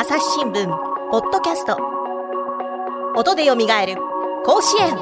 朝日新聞ポッドキャスト、音でよみがえる甲子園。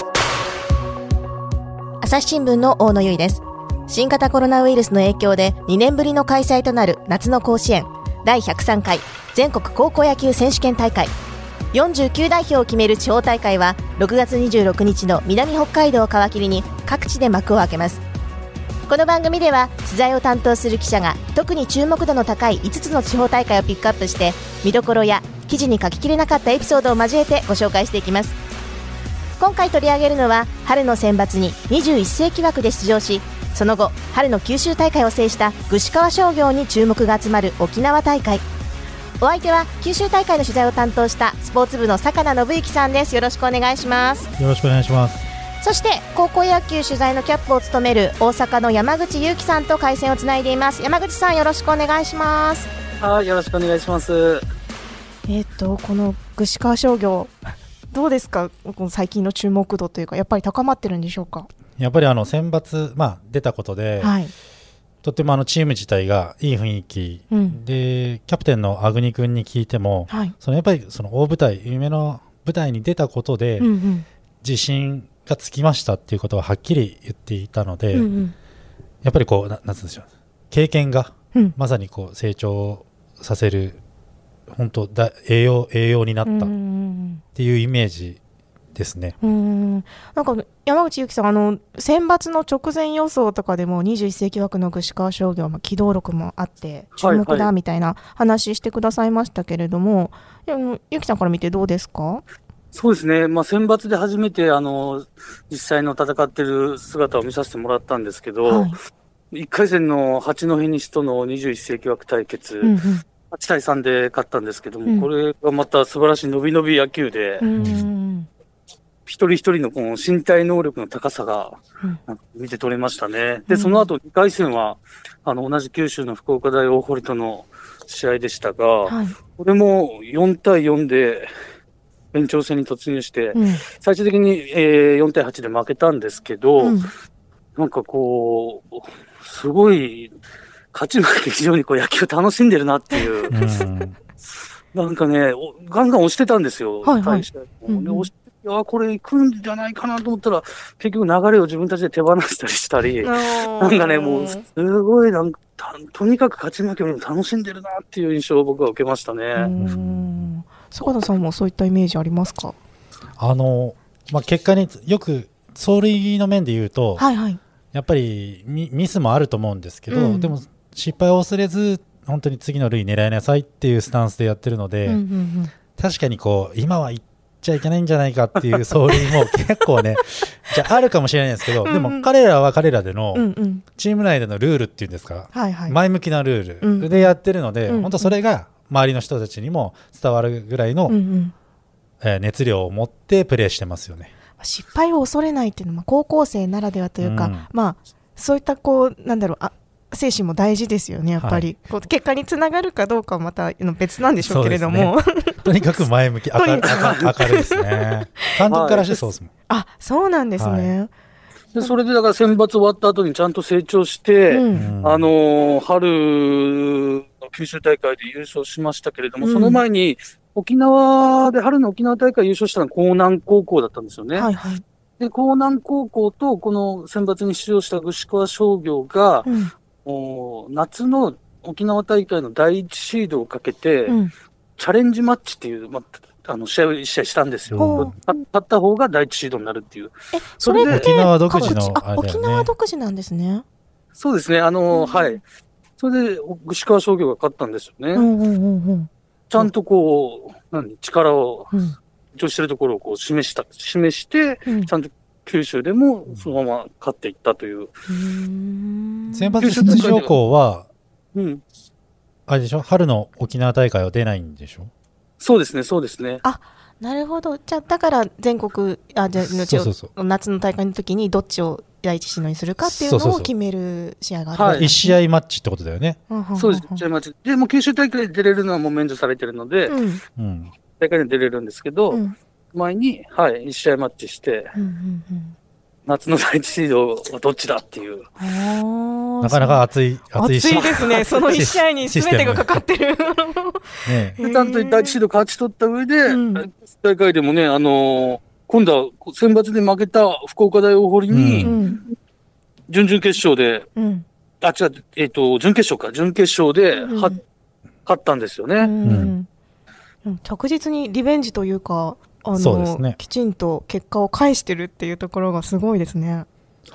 朝日新聞の大野由依です。新型コロナウイルスの影響で2年ぶりの開催となる夏の甲子園第103回全国高校野球選手権大会、49代表を決める地方大会は6月26日の南北海道を皮切りに各地で幕を開けます。この番組では取材を担当する記者が特に注目度の高い5つの地方大会をピックアップして、見どころや記事に書ききれなかったエピソードを交えてご紹介していきます。今回取り上げるのは春の選抜に21世紀枠で出場し、その後春の九州大会を制した串川商業に注目が集まる沖縄大会。お相手は九州大会の取材を担当したスポーツ部の坂名信之さんです。よろしくお願いします。 よろしくお願いします。 そして高校野球取材のキャップを務める大阪の山口祐樹さんと回線をつないでいます。山口さん、よろしくお願いします。 はい、よろしくお願いします。 この串川商業どうですか、この最近の注目度というか、やっぱり高まってるんでしょうか。 やっぱり選抜、出たことで、はい、とってもチーム自体がいい雰囲気、でキャプテンの粟国君に聞いても、はい、やっぱりその大舞台、夢の舞台に出たことで、自信がつきましたっていうことははっきり言っていたので、やっぱりなんて言うんでしょう、経験が、まさに成長させる本当栄養になったっていうイメージですね。なんか山口祐樹さん、選抜の直前予想とかでも21世紀枠の串川商業、機動力もあって注目だみたいな話してくださいましたけれども、祐樹さんから見てどうですか。 そうですね、選抜で初めて実際の戦ってる姿を見させてもらったんですけど、1回戦の八戸西との21世紀枠対決、8対3で勝ったんですけども、これがまた素晴らしい伸び伸び野球で、一人一人のこの身体能力の高さが見て取れましたね。で、その後2回戦は同じ九州の福岡大大堀との試合でしたが、これも4対4で延長戦に突入して、最終的に4対8で負けたんですけど、なんかすごい勝ち負け非常に野球楽しんでるなっていう、なんかね、ガンガン押してたんですよ。で押してこれ行くんじゃないかなと思ったら、結局流れを自分たちで手放したりしたり、なんかね、もうすごいとにかく勝ち負けよりも楽しんでるなっていう印象を僕は受けましたね。 坂田さんもそういったイメージありますか。 結果によく走塁の面で言うと、やっぱりミスもあると思うんですけど、でも失敗を恐れず本当に次の塁狙いなさいっていうスタンスでやってるので、確かに今は行っちゃいけないんじゃないかっていう走塁も結構ねじゃあるかもしれないんですけど、でも彼らは彼らでのチーム内でのルールっていうんですか、前向きなルールでやってるので、本当それが周りの人たちにも伝わるぐらいの熱量を持ってプレーしてますよね。 失敗を恐れないっていうのは高校生ならではというか、そういった精神も大事ですよね。やっぱり、結果につながるかどうかはまた別なんでしょうけれども、 とにかく前向き、明るいですね。監督からしてそうですもん。 そうなんですね。 でそれでだから選抜終わった後にちゃんと成長して、春の九州大会で優勝しましたけれども、その前に春の沖縄大会優勝したのは江南高校だったんですよね。で、江南高校とこの選抜に出場した串川商業が、夏の沖縄大会の第一シードをかけて、チャレンジマッチっていう、試合を一試合したんですよ。勝った方が第一シードになるっていう。 それって沖縄独自の沖縄独自なんですね。 そうですね。それで串川商業が勝ったんですよね。ちゃんと力を主張してるところを示して、ちゃんと九州でもそのまま勝っていったという。 選抜出場校は、あれでしょ、春の沖縄大会は出ないんでしょ。 そうですね、そうですね。 なるほど。じゃあだから全国夏の大会の時にどっちを第一シードにするかっていうのを決める試合がある。 1試合マッチってことだよね。 そうです、1試合マッチでも九州大会で出れるのはもう免除されてるので、大会に出れるんですけど、前に1試合マッチして、 夏の第一シードはどっちだっていう。 なかなか熱いですね。その1試合に全てがかかってる。 ね、ちゃんと第一シード勝ち取った上で、大会でもね、今度は選抜で負けた福岡大大堀に、準々決勝で、準決勝で、勝ったんですよね。 着実にリベンジというか、 そうですね、 きちんと結果を返してるっていうところがすごいですね。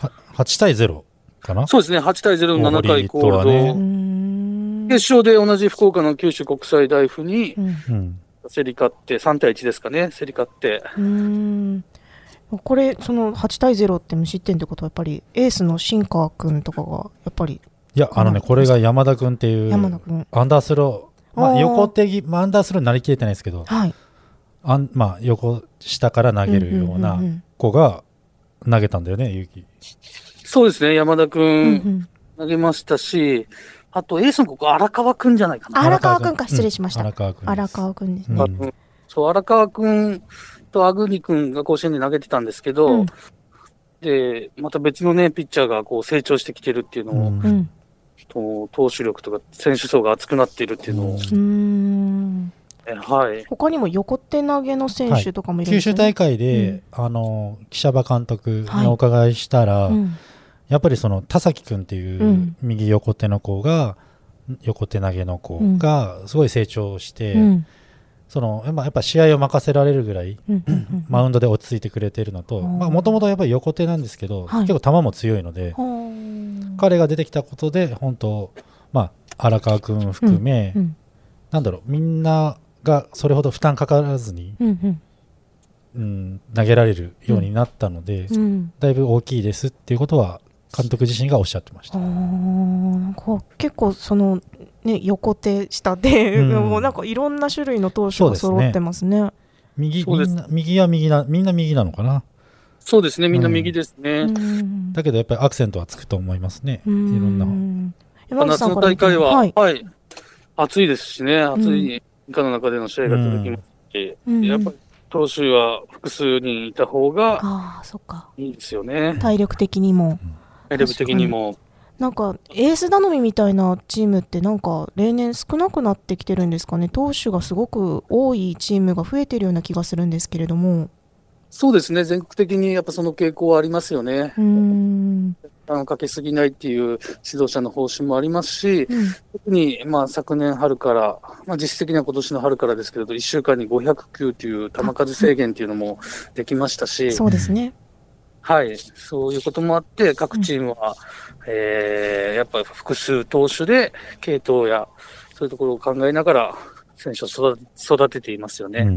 8対0かな。 そうですね、8対0の7回コールド、決勝で同じ福岡の九州国際大付に競り勝って、3対1ですかね、競り勝って。 これ、その8対0って無失点ってことは、やっぱりエースの新川君とかが、やっぱり。 いや、これが山田君っていう、アンダースロー、横手アンダースローになりきれてないですけど、横下から投げるような子が投げたんだよね、結城。 そうですね、山田君投げましたし、あとエースのここ荒川君じゃないかな。 荒川君か、失礼しました。荒川君ですね。 そう、荒川君とアグニ君が甲子園で投げてたんですけど、で、また別のね、ピッチャーがこう成長してきてるっていうのを、投手力とか選手層が厚くなっているっていうのを、 他にも横手投げの選手とかもいるんですね。 九州大会で、岸場監督にお伺いしたら、やっぱりその田崎君っていう右横手の子が、横手投げの子がすごい成長して、やっぱ試合を任せられるぐらい、マウンドで落ち着いてくれてるのと、もともとやっぱり横手なんですけど、結構球も強いので、彼が出てきたことで、本当、荒川君含め、みんながそれほど負担かからずに、投げられるようになったので、だいぶ大きいですっていうことは監督自身がおっしゃってました。 結構その、ね、横手下で、もうなんかいろんな種類の投手が揃ってますね。 みんな右なのかな。 そうですね、みんな右ですね。 だけどやっぱりアクセントはつくと思いますね。いろんな。 夏の大会は、暑いですしね、暑い中の中での試合が続きますし、やっぱり投手は複数人いた方がいいですよね。 体力的にも。なんかエース頼みみたいなチームってなんか例年少なくなってきてるんですかね。投手がすごく多いチームが増えてるような気がするんですけれども。 そうですね、全国的にやっぱその傾向はありますよね。かけすぎないっていう指導者の方針もありますし、特に昨年春から、実質的には今年の春からですけれど、1週間に500球という球数制限というのもできましたし、 そうですね。 そういうこともあって、各チームは、やっぱり複数投手で継投や、そういうところを考えながら、選手を育てていますよね。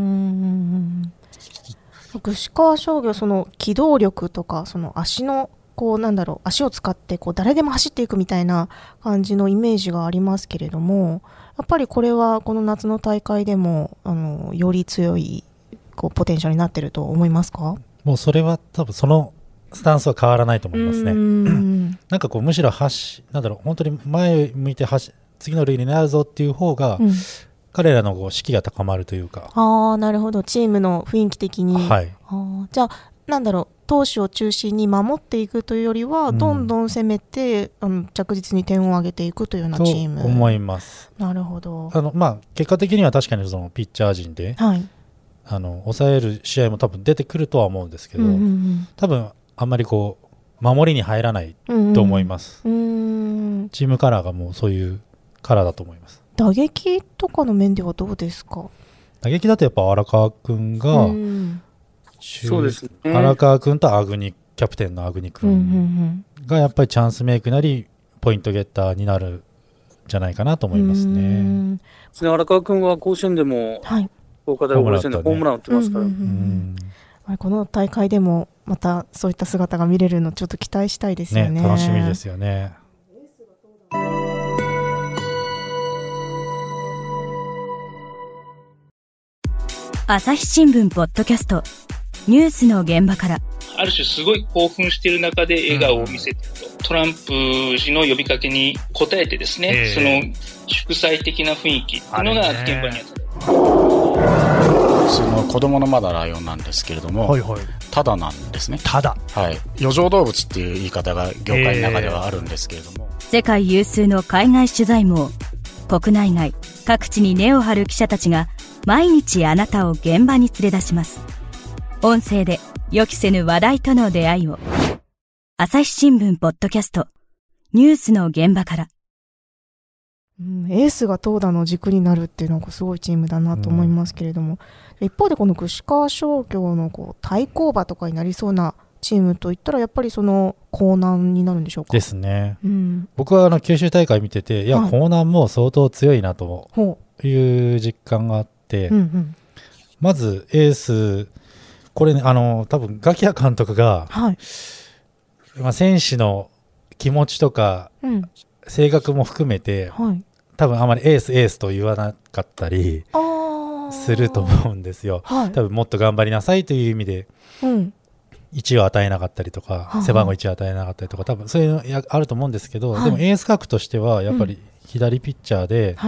串川商業、その機動力とか、その足の、足を使って誰でも走っていくみたいな感じのイメージがありますけれども、やっぱりこれはこの夏の大会でもより強いポテンシャルになっていると思いますか？ もうそれは多分そのスタンスは変わらないと思いますね。なんかむしろ本当に前向いて次の塁になるぞっていう方が、彼らの士気が高まるというか。 なるほど、チームの雰囲気的に。じゃあ投手を中心に守っていくというよりは、どんどん攻めて着実に点を上げていくというようなチームと思います。 なるほど。 結果的には確かにそのピッチャー陣で、抑える試合も多分出てくるとは思うんですけど、多分あんまり守りに入らないと思います。チームカラーがもうそういうカラーだと思います。 打撃とかの面ではどうですか？ 打撃だとやっぱ荒川君が、 そうですね、 荒川君とキャプテンのアグニ君がやっぱりチャンスメイクなりポイントゲッターになるんじゃないかなと思いますね。 荒川君は甲子園でも、福岡大甲子園でホームラン打ってますから、 この大会でもまたそういった姿が見れるのちょっと期待したいですよね。 楽しみですよね。 朝日新聞ポッドキャストニュースの現場から。 ある種すごい興奮している中で笑顔を見せていると、トランプ氏の呼びかけに応えてですね、その祝祭的な雰囲気というのが現場にあった。 普通の子供のまだライオンなんですけれども、はいはい、タダなんですね。 タダ、 はい、余剰動物っていう言い方が業界の中ではあるんですけれども、 世界有数の海外取材網、国内外各地に根を張る記者たちが毎日あなたを現場に連れ出します。音声で予期せぬ話題との出会いを。朝日新聞ポッドキャスト、ニュースの現場から。 エースが投打の軸になるっていうのはすごいチームだなと思いますけれども、一方でこの串川商業の対抗馬とかになりそうなチームといったらやっぱりその江南になるんでしょうか。 ですね、僕は九州大会見てて、いや、はい、江南も相当強いなという実感があって、まずエースこれね、多分ガキヤ監督が、はい、選手の気持ちとか、性格も含めて、はい、多分あまりエースと言わなかったりすると思うんですよ、はい、多分もっと頑張りなさいという意味で、1を与えなかったりとか、背番号1を与えなかったりとか、多分そういうのあると思うんですけど、でもエース格としてはやっぱり左ピッチャーで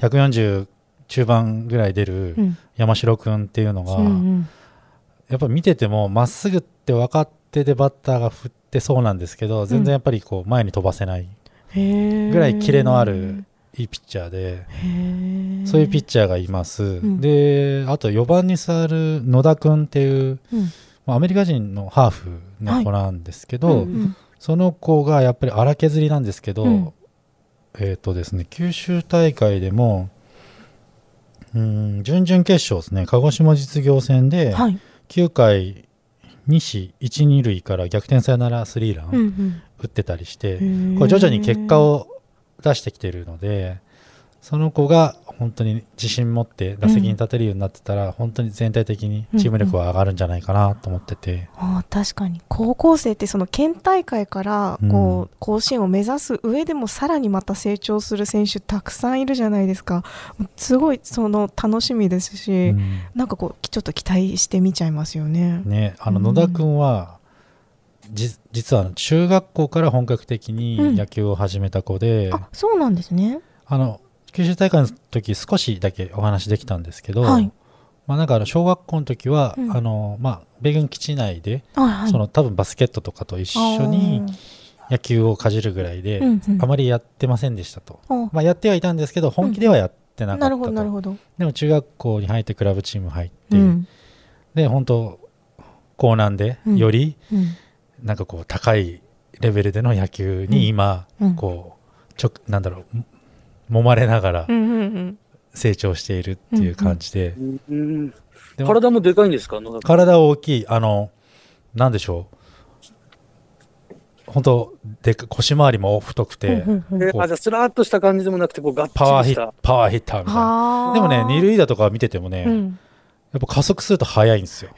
140中盤ぐらい出る山城君っていうのが、やっぱり見ててもまっすぐって分かっててバッターが振ってそうなんですけど、全然やっぱり前に飛ばせないぐらいキレのあるいいピッチャーで、そういうピッチャーがいます、であと4番に座る野田君っていう、アメリカ人のハーフの子なんですけど、その子がやっぱり荒削りなんですけど、ですね、九州大会でも準々決勝ですね、鹿児島実業戦で9回西1、2塁から逆転サヨナラスリーラン打ってたりして、これ徐々に結果を出してきてるので、その子が本当に自信持って打席に立てるようになってたら、本当に全体的にチーム力は上がるんじゃないかなと思ってて、 確かに高校生ってその県大会から甲子園を目指す上でもさらにまた成長する選手たくさんいるじゃないですか。すごいその楽しみですし、なんかちょっと期待してみちゃいますよね。 野田君は実は中学校から本格的に野球を始めた子で、 そうなんですね。 九州大会の時少しだけお話できたんですけど、なんか小学校の時は、米軍基地内で、多分バスケットとかと一緒に野球をかじるぐらいで、あまりやってませんでしたと、やってはいたんですけど本気ではやってなかったと、 なるほど。 でも中学校に入ってクラブチーム入って、で本当江南でより、なんか高いレベルでの野球に今、なんだろう、揉まれながら成長しているっていう感じで、 で体もでかいんですか？ 体大きい、なんでしょう、本当で腰回りも太くて、 じゃあスラーっとした感じでもなくてガッチリしたパワーヒッターみたいな。でもね、二塁打とか見ててもね、やっぱ加速すると速いんですよ。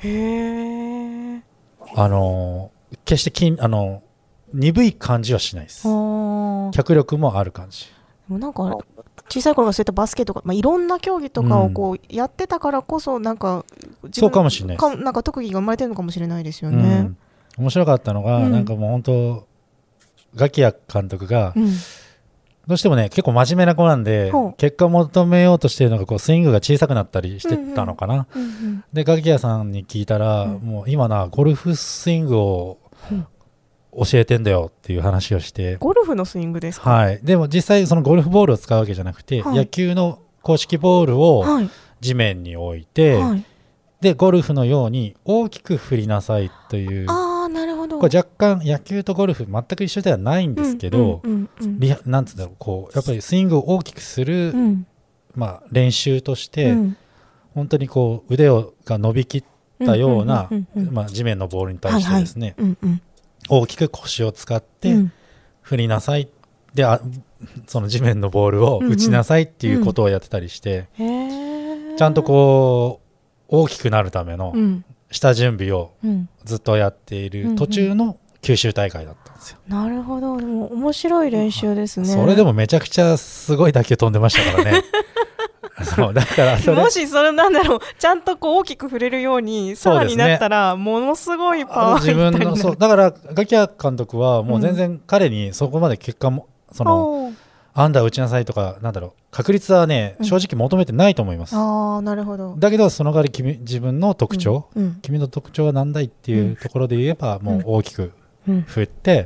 決して鈍い感じはしないです。脚力もある感じ。 なんか小さい頃からそういったバスケとか、いろんな競技とかをやってたからこそ、なんかそうかもしれないです。 なんか特技が生まれてるのかもしれないですよね。 面白かったのが、なんかもう本当ガキヤ監督が、どうしてもね結構真面目な子なんで、結果を求めようとしているのがスイングが小さくなったりしてたのかな。でガキヤさんに聞いたら、もう今ゴルフスイングを教えてんだよっていう話をして。 ゴルフのスイングですか？ はい。でも実際そのゴルフボールを使うわけじゃなくて、野球の公式ボールを地面に置いて、でゴルフのように大きく振りなさいという。 なるほど。 これ若干野球とゴルフ全く一緒ではないんですけど、なんつうんだろう、やっぱりスイングを大きくする、練習として、本当に腕が伸びきったような地面のボールに対してですね、大きく腰を使って振りなさい、でその地面のボールを打ちなさいっていうことをやってたりして、ちゃんと大きくなるための下準備をずっとやっている途中の九州大会だったんですよ。 なるほど。でも面白い練習ですね。 それでもめちゃくちゃすごい打球飛んでましたからね。そうだからもしそれちゃんと大きく振れるようにさらになったら、ものすごいパワーになる。 だからガキヤ監督はもう全然彼にそこまで結果もアンダー打ちなさいとか、なんだろう、確率はね、正直求めてないと思います。 なるほど。 だけどその代わり自分の特徴、君の特徴は何だいっていうところで言えば、もう大きく振って、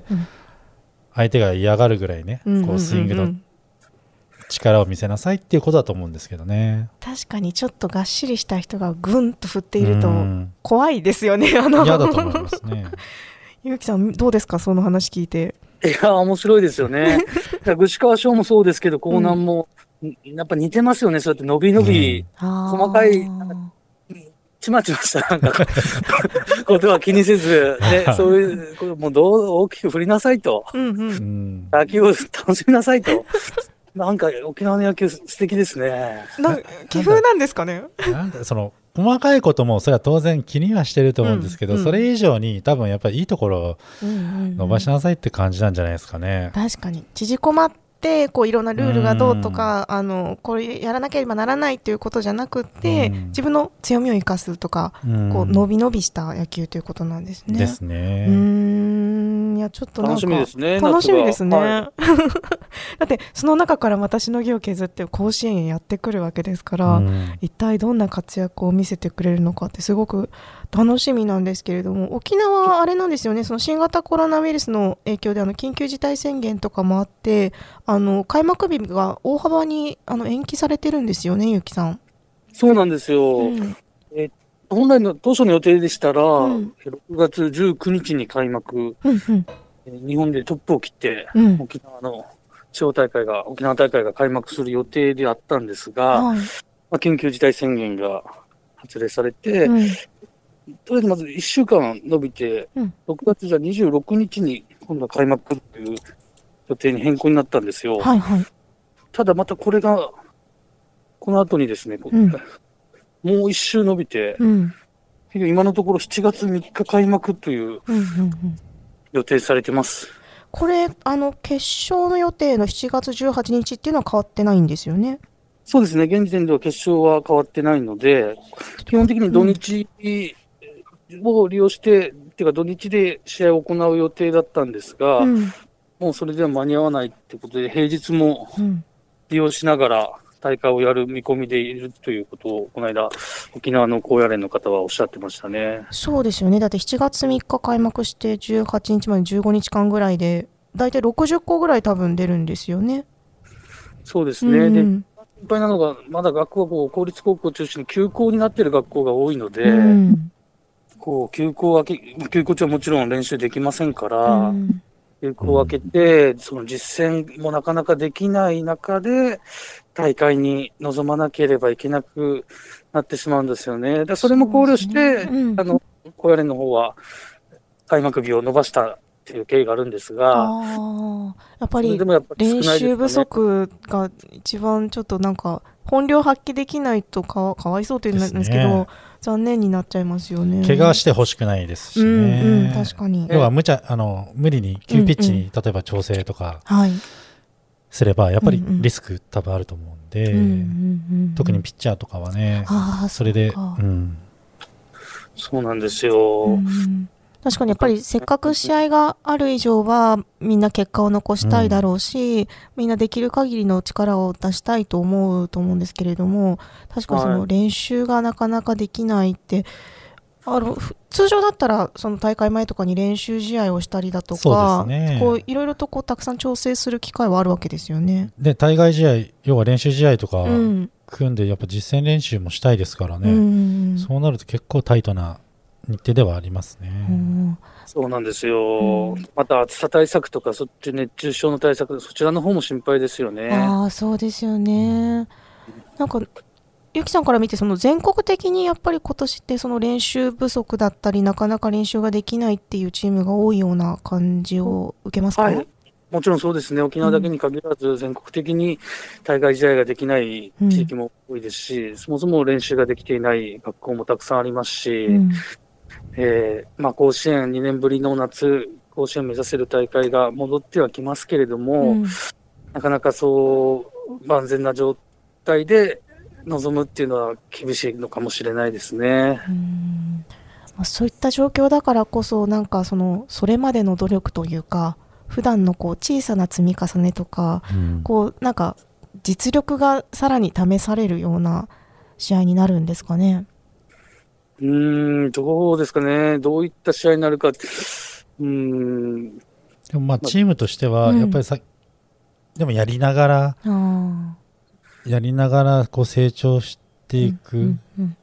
相手が嫌がるぐらいね、こうスイングの力を見せなさいっていうことだと思うんですけどね。 確かにちょっとがっしりした人がぐんと振っていると怖いですよね。嫌だと思いますね。 ゆうきさんどうですか、その話聞いて。 いや面白いですよね。具川翔もそうですけど、江南もやっぱ似てますよね。そうやって伸び伸び、細かいちまちましたなんかことは気にせず、ね、そういうこれもう大きく振りなさいと、野球を楽しみなさいと。なんか沖縄の野球素敵ですね。 気風なんですかね。 なんだその細かいこともそれは当然気にはしてると思うんですけど、それ以上に多分やっぱりいいところを伸ばしなさいって感じなんじゃないですかね。 確かに縮こまってこういろんなルールがどうとか、これやらなければならないっていうことじゃなくて、自分の強みを生かすとか、こう伸び伸びした野球ということなんですね。 ですね。 いやちょっとなんか楽しみですね。 楽しみですね。だってその中からまたしのぎを削って甲子園やってくるわけですから、一体どんな活躍を見せてくれるのかってすごく楽しみなんですけれども、沖縄はあれなんですよね、その新型コロナウイルスの影響で緊急事態宣言とかもあって、開幕日が大幅に延期されてるんですよね、ゆうきさん。 そうなんですよ。本来の当初の予定でしたら、6月19日に開幕、日本でトップを切って、沖縄大会が開幕する予定であったんですが、緊急事態宣言が発令されて、とりあえずまず1週間延びて、6月じゃ26日に今度は開幕という予定に変更になったんですよ。ただまたこれが、この後にですね、もう1週延びて、今のところ7月3日開幕という予定されてます。 これ決勝の予定の7月18日っていうのは変わってないんですよね。 そうですね、現時点では決勝は変わってないので、基本的に土日を利用して、てか土日で試合を行う予定だったんですが、もうそれでは間に合わないってことで、平日も利用しながら大会をやる見込みでいるということを、この間、沖縄の高野連の方はおっしゃってましたね。 そうですよね。だって7月3日開幕して18日まで15日間ぐらいで、だいたい60校ぐらい多分出るんですよね。 そうですね。で、心配なのが、まだ学校は公立高校を中心に休校になっている学校が多いので、休校中はもちろん練習できませんから、休校を明けて、その実践もなかなかできない中で、大会に臨まなければいけなくなってしまうんですよね。それも考慮して、高野連の方は開幕日を延ばしたっていう経緯があるんですが、 やっぱり練習不足が一番ちょっとなんか本領発揮できないとかわいそうというんですけど、残念になっちゃいますよね。 怪我してほしくないですしね。 確かに。 要は無理に急ピッチに例えば調整とかすればやっぱりリスク多分あると思うんで、特にピッチャーとかはね、それで、 そうなんですよ。 確かにやっぱりせっかく試合がある以上はみんな結果を残したいだろうし、みんなできる限りの力を出したいと思うんですけれども、確かにその練習がなかなかできないって、通常だったらその大会前とかに練習試合をしたりだとか、いろいろとたくさん調整する機会はあるわけですよね。 で、対外試合、要は練習試合とか組んでやっぱ実戦練習もしたいですからね、そうなると結構タイトな日程ではありますね。 そうなんですよ。また暑さ対策とか、そっち熱中症の対策、そちらの方も心配ですよね。 そうですよね。なんかゆきさんから見て、その全国的にやっぱり今年ってその練習不足だったり、なかなか練習ができないっていうチームが多いような感じを受けますか？ もちろんそうですね。沖縄だけに限らず、全国的に対外試合ができない地域も多いですし、そもそも練習ができていない学校もたくさんありますし、甲子園2年ぶりの夏、甲子園を目指せる大会が戻ってはきますけれども、なかなかそう万全な状態で望むっていうのは厳しいのかもしれないですね。 そういった状況だからこそ、なんかそれまでの努力というか、 普段のこう小さな積み重ねとか、こうなんか実力がさらに試されるような試合になるんですかね。 どうですかね。どういった試合になるか。でもまあチームとしてはやっぱりでもやりながらこう成長していく、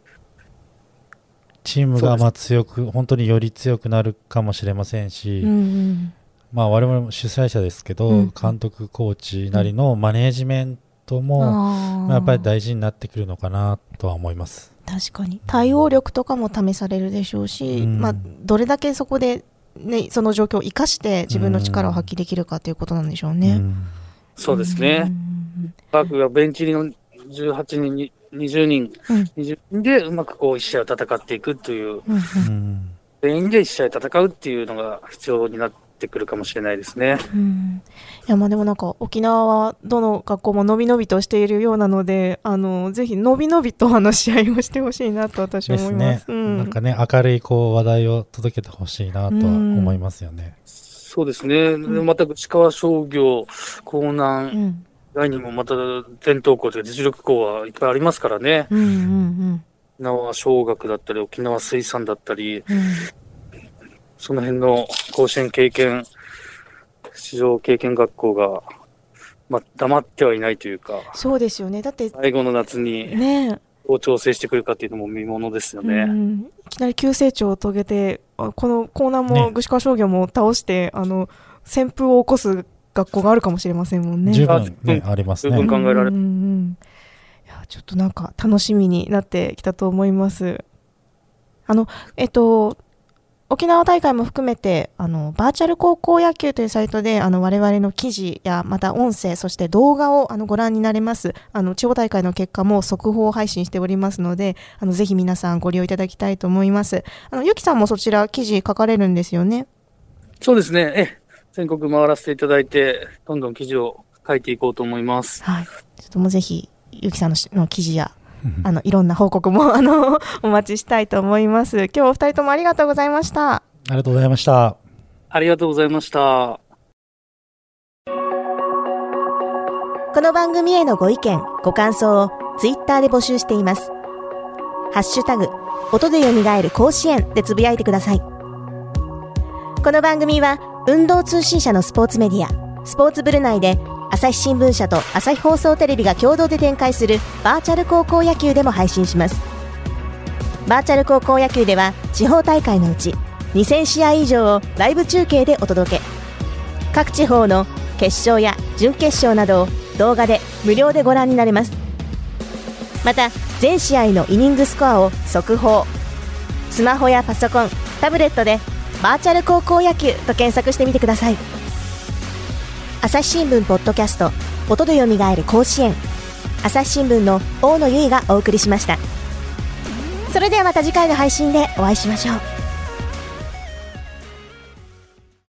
チームがまあ本当により強くなるかもしれませんし、まあ我々も主催者ですけど、監督コーチなりのマネージメントもやっぱり大事になってくるのかなとは思います。 確かに対応力とかも試されるでしょうし、まあ、どれだけそこで、ね、その状況を生かして自分の力を発揮できるかということなんでしょうね。 そうですね。パークがベンチ入りの18人20人でうまくこう1試合を戦っていくという、全員で1試合戦うっていうのが必要になってくるかもしれないですね。 いや、まあでもなんか沖縄はどの学校ものびのびとしているようなので、ぜひのびのびと試合をしてほしいなと私は思います。 なんかね、明るいこう話題を届けてほしいなとは思いますよね。 そうですね。また石川商業、江南、外にもまた伝統校というか実力校はいっぱいありますからね。沖縄尚学だったり沖縄水産だったり、その辺の甲子園経験、出場経験学校が、まあ、黙ってはいないというか。 そうですよね。だって最後の夏にどう調整してくるかっていうのも見ものですよね。 いきなり急成長を遂げて、この江南も具志川商業も倒して、旋風を起こす学校があるかもしれませんもんね。 十分ね、ありますね。 十分考えられる。 いや、ちょっとなんか楽しみになってきたと思います。沖縄大会も含めてバーチャル高校野球というサイトで我々の記事やまた音声そして動画をご覧になれます。地方大会の結果も速報配信しておりますのでぜひ皆さんご利用いただきたいと思います。ゆきさんもそちら記事書かれるんですよね。 そうですね。全国回らせていただいてどんどん記事を書いていこうと思います。 はい。ちょっともうぜひゆきさんの記事やいろんな報告もお待ちしたいと思います。今日お二人ともありがとうございました。 ありがとうございました。 ありがとうございました。 この番組へのご意見ご感想をツイッターで募集しています。ハッシュタグ音でよみがえる甲子園でつぶやいてください。この番組は運動通信社のスポーツメディアスポーツブル内で朝日新聞社と朝日放送テレビが共同で展開するバーチャル高校野球でも配信します。バーチャル高校野球では地方大会のうち2000試合以上をライブ中継でお届け。各地方の決勝や準決勝などを動画で無料でご覧になれます。また全試合のイニングスコアを速報。スマホやパソコン、タブレットでバーチャル高校野球と検索してみてください。朝日新聞ポッドキャスト音でよみがえる甲子園、朝日新聞の大野由依がお送りしました。それではまた次回の配信でお会いしましょう。